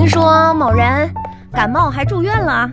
说某人感冒还住院了。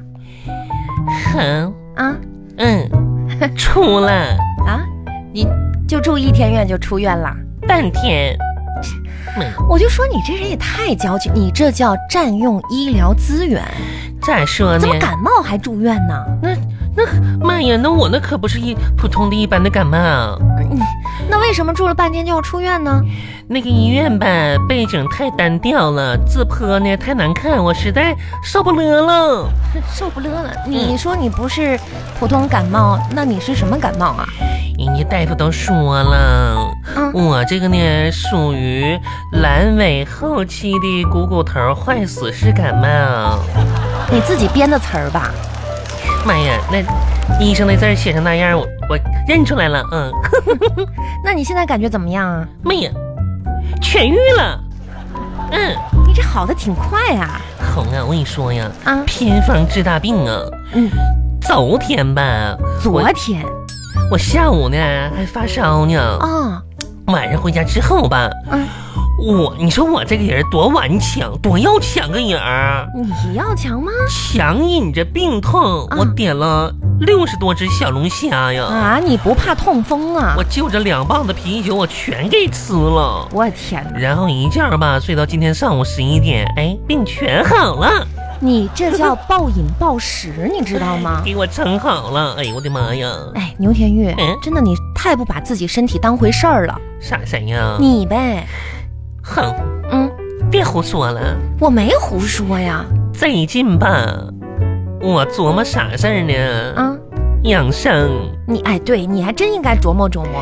出了啊？你就住1天院就出院了？ 半天。 我就说你这人也太娇气，你这叫占用医疗资源。 咋说呢？ 怎么感冒还住院呢？ 那妈呀，那我那可不是普通的一般的感冒。 那为什么住了半天就要出院呢？ 那个医院吧，背景太单调了，自拍呢太难看，我实在受不了了。 受不了了？你说你不是普通感冒，那你是什么感冒啊？ 人家大夫都说了，我这个呢属于阑尾后期的股头坏死式感冒。 你自己编的词儿吧？ 妈呀，那医生那字写成那样，我认出来了。 那你现在感觉怎么样啊？ 妈呀，痊愈了。 你这好的挺快啊。 红啊，我跟你说呀，偏方治大病啊。昨天吧，我下午呢还发烧呢。晚上回家之后吧，你说我这个人多顽强，多要强个人儿。 你要强吗？ 强忍着病痛，我点了60多只小龙虾呀。 你不怕痛风啊？ 我就着2磅的啤酒，我全给吃了。 我天哪！ 然后一觉吧睡到今天上午11点，病全好了。 你这叫暴饮暴食，你知道吗？ 给我撑好了。哎呦我的妈呀！ 牛田玉，真的你太不把自己身体当回事儿了。 谁呀？ 你呗。 哼，别胡说了。 我没胡说呀。 最近吧，我琢磨啥事儿呢？养生。 对，你还真应该琢磨琢磨。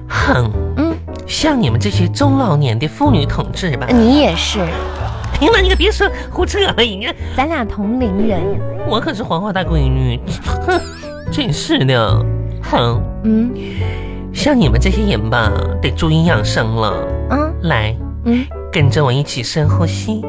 像你们这些中老年的妇女同志吧， 你也是。 那你可别说胡扯了，人家咱俩同龄人， 我可是黄花大闺女。真是的。像你们这些人吧，得注意养生了。来，跟着我一起深呼吸。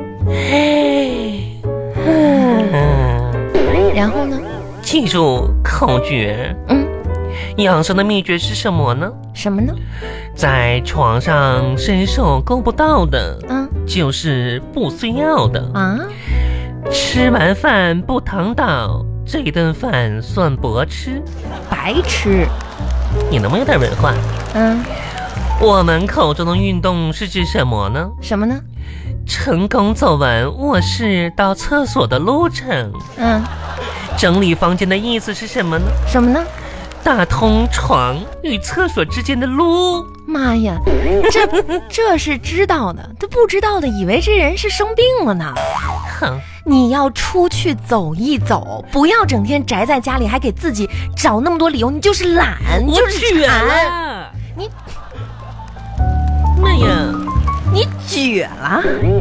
然后呢？ 记住口诀。养生的秘诀是什么呢？ 什么呢？ 在床上伸手够不到的，就是不需要的。吃完饭不躺倒，这顿饭算白吃。 白吃。 你能不能有点文化？我们口中的运动是指什么呢？ 什么呢？ 成功走完卧室到厕所的路程。整理房间的意思是什么呢？ 什么呢？ 打通床与厕所之间的路。 妈呀，这是知道的，都不知道的以为这人是生病了呢。你要出去走一走，不要整天宅在家里，还给自己找那么多理由。你就是懒，你就是馋。你， 妈呀， 你绝了。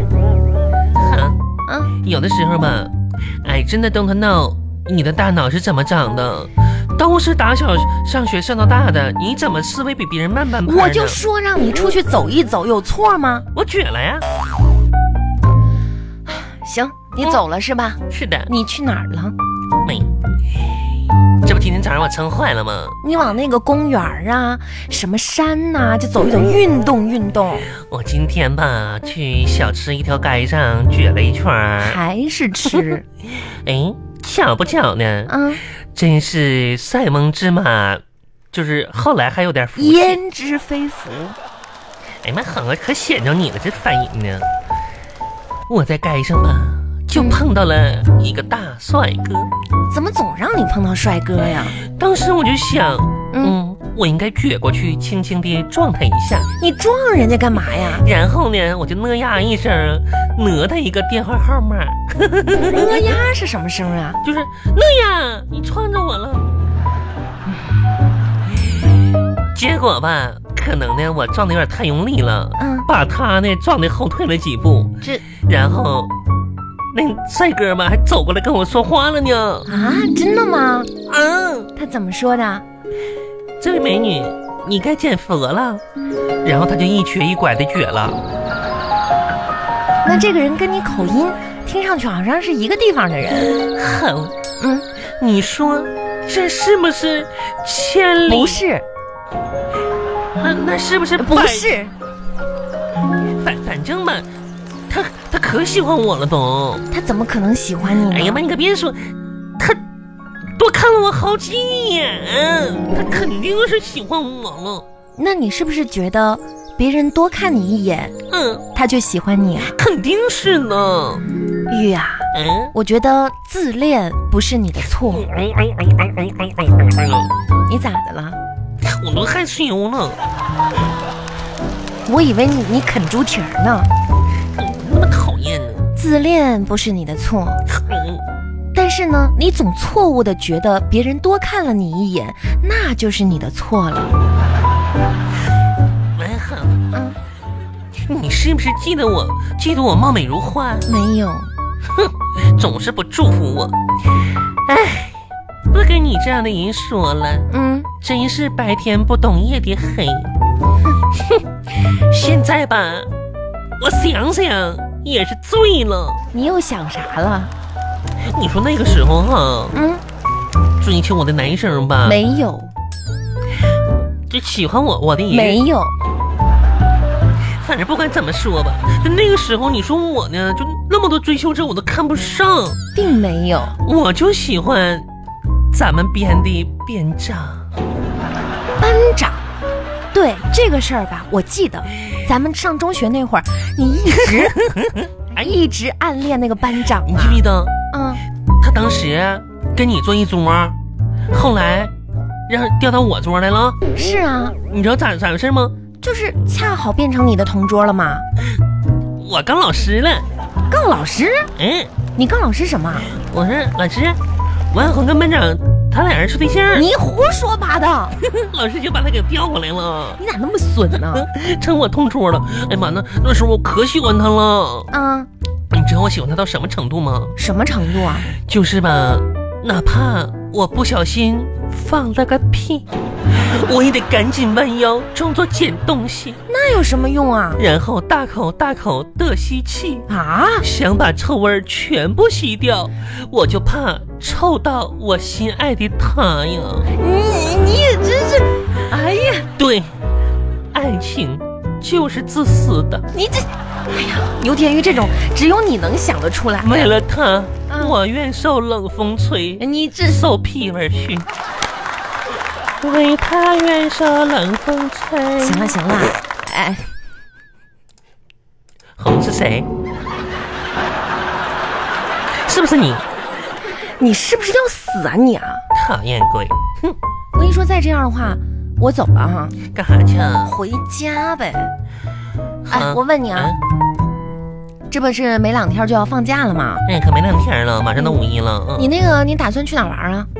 有的时候吧，真的 don't know 你的大脑是怎么长的。都是打小上学上到大的，你怎么思维比别人慢半拍呢？ 我就说让你出去走一走，有错吗？ 我绝了呀！ 行，你走了是吧？ 是的。 你去哪儿了？ 这不今天早上我撑坏了吗？ 你往那个公园啊，什么山啊，就走一走，运动运动。 我今天吧去小吃一条街上撅了一圈， 还是吃。 巧不巧呢？真是塞翁之马，就是后来还有点福气， 焉知非福。 妈，可显着你了，这反应呢？我在街上吧，就碰到了一个大帅哥。 怎么总让你碰到帅哥呀？ 当时我就想，我应该撅过去，轻轻地撞他一下。 你撞人家干嘛呀？ 然后呢，我就呢呀一声，讹他一个电话号码。 呢呀是什么声啊？ 就是呢呀，你撞着我了。结果吧，可能呢我撞的有点太用力了，把他呢撞的后退了几步。然后那帅哥嘛还走过来跟我说话了呢。 真的吗？他怎么说的？ 这位美女，你该见佛了。然后他就一瘸一拐的撅了。 那这个人跟你口音听上去好像是一个地方的人。 你说这是不是千里？ 不是。 那是不是？ 不是。 反正吧， 他可喜欢我了都。 他怎么可能喜欢你呢？ 哎呀妈，你可别说，他多看了我好几眼，他肯定是喜欢我了。 那你是不是觉得别人多看你一眼，他就喜欢你啊？ 肯定是呢。 玉啊，我觉得自恋不是你的错。你咋的了？ 我都害羞了。 我以为你啃猪蹄儿呢。 那么讨厌呢。 自恋不是你的错，但是呢，你总错误的觉得别人多看了你一眼，那就是你的错了。 文恒，你是不是记得我貌美如花？ 没有。 哼，总是不祝福我。哎，不跟你这样的人说了，真是白天不懂夜的黑。现在吧，我想想也是醉了。 你又想啥了？ 你说那个时候哈，追求我的男生吧， 没有。 就喜欢我的人没有。 反正不管怎么说吧，那个时候你说我呢，就那么多追求者我都看不上， 并没有。 我就喜欢咱们编的编长。 班长，对这个事儿吧，我记得咱们上中学那会儿，你一直暗恋那个班长， 你记不记得？他当时跟你坐一桌，后来让调到我桌来了。 是啊。 你知道咋回事吗？ 就是恰好变成你的同桌了嘛。 我告老师了。 告老师？你告老师什么？我说老师，王红跟班长他俩人处对象。 你胡说八道。 老师就把他给调过来了。 你咋那么损呢？ 成我同桌了。哎妈，那时候我可喜欢他了。你知道我喜欢他到什么程度吗？ 什么程度啊？ 就是吧，哪怕我不小心放了个屁，我也得赶紧弯腰装作捡东西。 那有什么用啊？ 然后大口大口的吸气啊， 想把臭味全部吸掉，我就怕臭到我心爱的他呀。 你也真是，哎呀， 对，爱情就是自私的。 你这，哎呀，牛田玉这种只有你能想得出来。 为了他，我愿受冷风吹， 你这受屁味熏。为他愿受冷风吹。 行了行了，哎， 红是谁？是不是你？ 你是不是要死啊你啊？ 讨厌鬼！哼！ 我跟你说，再这样的话，我走了哈。 干啥去啊？ 回家呗。哎，我问你啊，这不是没2天就要放假了吗？ 可没2天了，马上到5一了。 你打算去哪玩啊？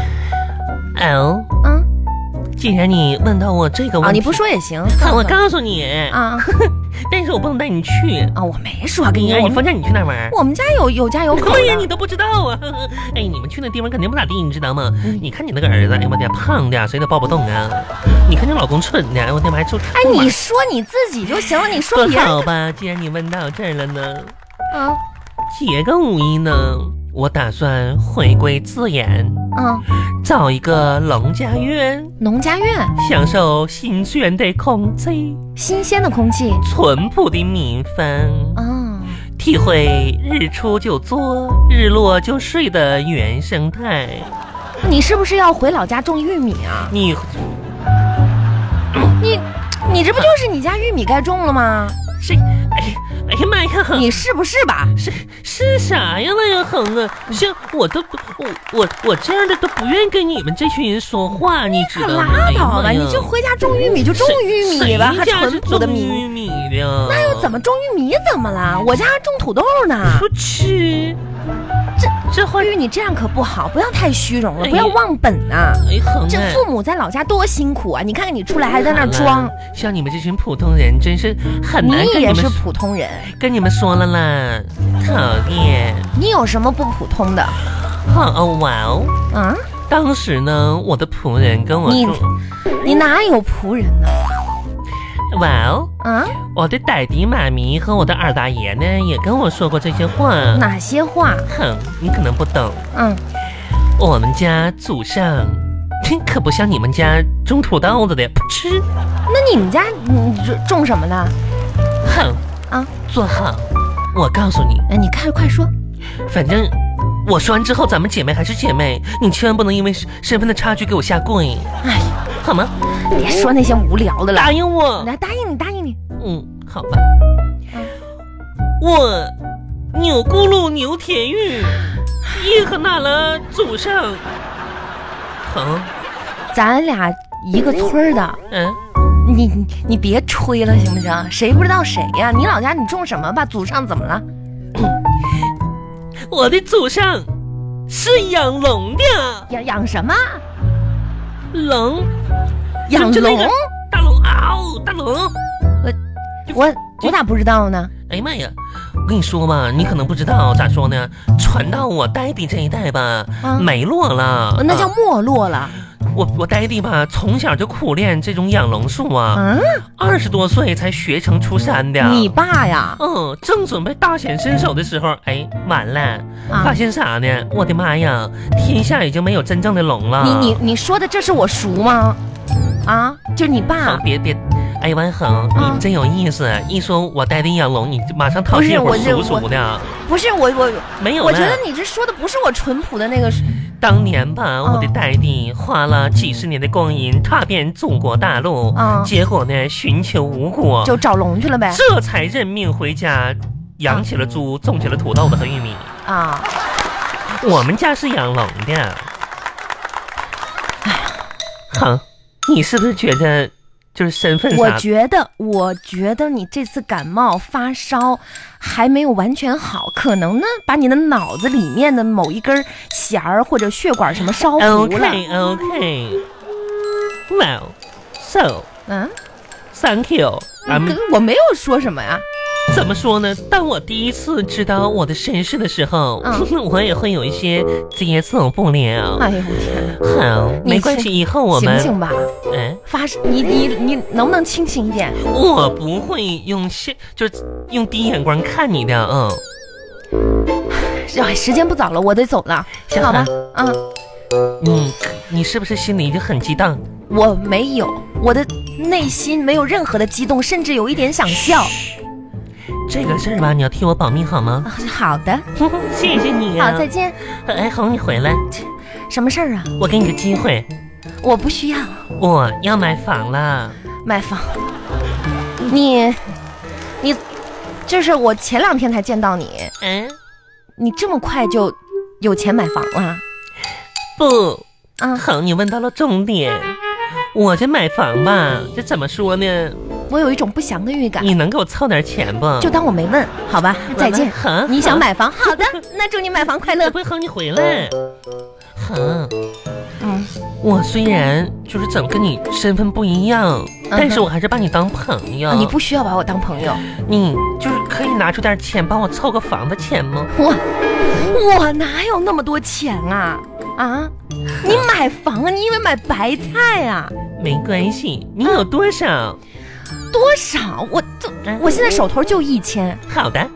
既然你问到我这个问题， 你不说也行。 我告诉你啊， 但是我不能带你去啊。我没说跟你。 你放假你去哪玩？ 我们家有家有口。 对呀，你都不知道啊。哎，你们去那地方肯定不咋地，你知道吗？你看你那个儿子，哎我天，胖的谁都抱不动啊。你看你老公蠢的，我天，还出。 哎，你说你自己就行了，你说别人。 好吧，既然你问到这儿了呢，节个5一呢，我打算回归自然。找一个农家院，享受新鲜的空气，淳朴的民风，体会日出就作，日落就睡的原生态。 你是不是要回老家种玉米啊？你这不就是你家玉米该种了吗？哎呀妈呀！你是不是吧？ 是啥呀？那样横啊！像我这样的都不愿意跟你们这群人说话，你知道吗？ 拉倒吧！你就回家种玉米就种玉米吧，还淳朴的玉米的。 那又怎么种玉米怎么了？我家种土豆呢。 不吃。这话玉，你这样可不好，不要太虚荣了，不要忘本啊！这父母在老家多辛苦啊！你看看你出来还在那装， 像你们这群普通人真是很难跟你也是普通人， 跟你们说了啦，讨厌！ 你有什么不普通的？ 哇哦！当时呢，我的仆人跟我说， 你哪有仆人呢？ 哇哦！我的爹地妈咪和我的二大爷呢，也跟我说过这些话。 哪些话？ 你可能不懂。我们家祖上可不像你们家种土豆子的，不吃。 那你们家种什么呢？ 做好。 我告诉你， 哎，你快说。 反正我说完之后，咱们姐妹还是姐妹，你千万不能因为身份的差距给我下跪。 哎呀， 好吗？ 别说那些无聊的了。 答应我。 来，答应你。 好吧。我钮咕噜牛铁玉，耶和那拉祖上。好， 咱俩一个村的。你别吹了行不行？谁不知道谁呀？你老家你种什么吧？祖上怎么了？ 我的祖上是养龙的。 养什么？ 龙？ 养龙？ 大龙啊！大龙！ 我咋不知道呢？ 哎呀妈呀！我跟你说吧，你可能不知道，咋说呢？传到我爹地这一代吧，没落了， 那叫没落了。 我爹地吧，从小就苦练这种养龙术啊，20多岁才学成出山的。 你爸呀？ 正准备大显身手的时候，哎，完了，发现啥呢？我的妈呀，天下已经没有真正的龙了。 你说的这是我叔吗？啊，就你爸？ 别。哎，万恒，你真有意思！一说我爹地养龙，你马上讨厌我叔的。 不是我没有。 我觉得你这说的不是我淳朴的那个。 当年吧，我的爹地花了几十年的光阴踏遍中国大陆，结果呢，寻求无果， 就找龙去了呗。 这才认命回家，养起了猪，种起了土豆子和玉米啊。我们家是养龙的。好，你是不是觉得？就是身份我觉得你这次感冒发烧还没有完全好，可能呢把你的脑子里面的某一根弦儿或者血管什么烧糊了。 Okay. Well, so. Thank you. 我没有说什么呀。 怎么说呢？当我第一次知道我的身世的时候，我也会有一些接受不了。 哎呦天！ 好，没关系，以后我们醒醒吧。你能不能清醒一点？ 我不会就是用第一眼光看你的。 时间不早了，我得走了，好吧？ 你是不是心里已经很激动？ 我没有，我的内心没有任何的激动，甚至有一点想笑。 这个事儿吧，你要替我保密好吗？ 好的， 谢谢你啊。 好，再见。 哎，红，你回来。 什么事儿啊？ 我给你个机会。 我不需要。 我要买房了。 买房？你，就是我前2天才见到你。你这么快就有钱买房了？ 不。好，你问到了重点。我这买房吧，这怎么说呢？ 我有一种不祥的预感。 你能给我凑点钱不？ 就当我没问，好吧？再见。你想买房？好的，那祝你买房快乐。 不好，你回来。我虽然就是怎么跟你身份不一样，但是我还是把你当朋友。 你不需要把我当朋友， 你就是可以拿出点钱帮我凑个房的钱吗？ 我哪有那么多钱啊？你买房啊？你以为买白菜啊？ 没关系，你有多少？ 多少？我现在手头就1000。 好的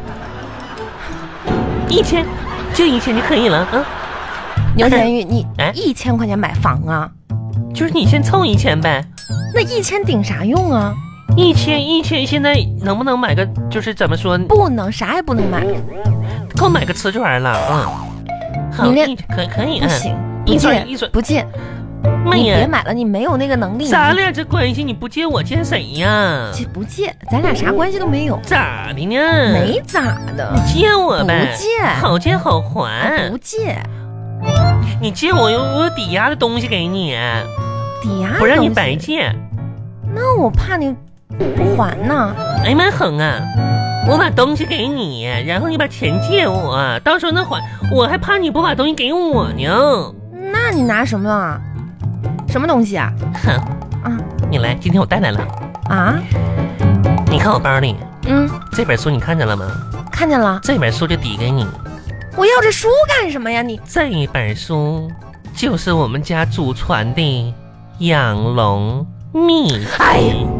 ，1000，就1000就可以了牛田玉，你1000块钱买房啊？ 就是你先凑1000呗。 那1000顶啥用啊 ？1000现在能不能买个？就是怎么说？ 不能，啥也不能买。 给我买个瓷砖了。好，可以。 不行，不借。你别买了，你没有那个能力。 咱俩这关系，你不借我借谁呀？ 不借，咱俩啥关系都没有。 咋的呢？ 没咋的。 你借我呗。 不借。 好借好还。 不借。 你借我有抵押的东西给你。 抵押？ 不让你白借。 那我怕你不还呢。 哎妈横啊！我把东西给你，然后你把钱借我，到时候那还，我还怕你不把东西给我呢。 那你拿什么啊？什么东西啊？ 你来，今天我带来了。你看我包里，这本书你看见了吗？ 看见了。 这本书就抵给你。 我要这书干什么呀？你这一本书就是我们家祖传的养龙秘籍。